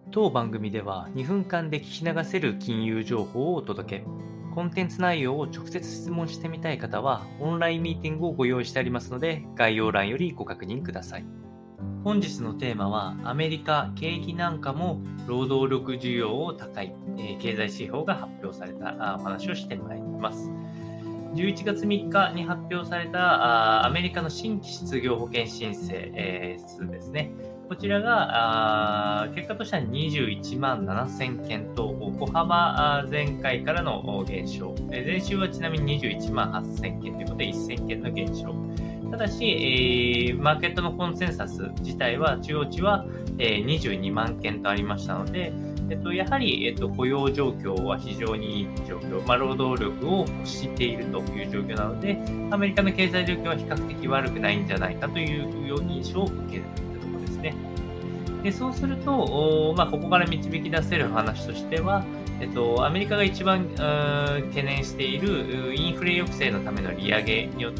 当番組では2分間で聞き流せる金融情報をお届け。コンテンツ内容を直接質問してみたい方はオンラインミーティングをご用意してありますので、概要欄よりご確認ください。本日のテーマは、アメリカ景気なんかも労働力需要を高い、経済指標が発表されたお話をしてまいります。11月3日に発表されたアメリカの新規失業保険申請、数ですね。こちらが結果としては21万7000件と小幅前回からの減少。前週はちなみに21万8000件ということで1000件の減少。ただし、マーケットのコンセンサス自体は中央値は22万件とありましたので、やはり、雇用状況は非常にいい状況、労働力を欲しているという状況なので、アメリカの経済状況は比較的悪くないんじゃないかというような印象を受けるといったところですね。でそうすると、ここから導き出せる話としては、アメリカが一番懸念しているインフレ抑制のための利上げによって、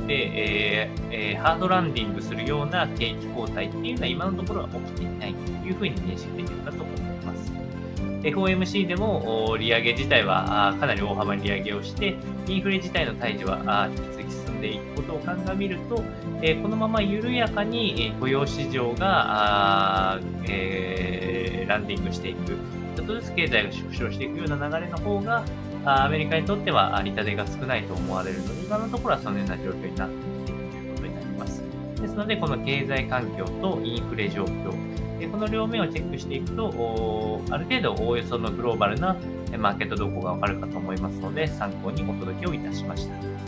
ハードランディングするような景気後退っていうのは今のところは起きていないというふうに認識できるかと思います。FOMC でも利上げ自体はかなり大幅に利上げをして、インフレ自体の退治は引き続き進んでいくことを鑑みると、このまま緩やかに雇用市場がランディングしていく、ちょっとずつ経済が縮小していくような流れの方が、アメリカにとっては痛手が少ないと思われるので、今のところはそのような状況になっているということになります。ですので、この経済環境とインフレ状況、この両面をチェックしていくと、ある程度おおよそのグローバルなマーケット動向がわかるかと思いますので、参考にお届けをいたしました。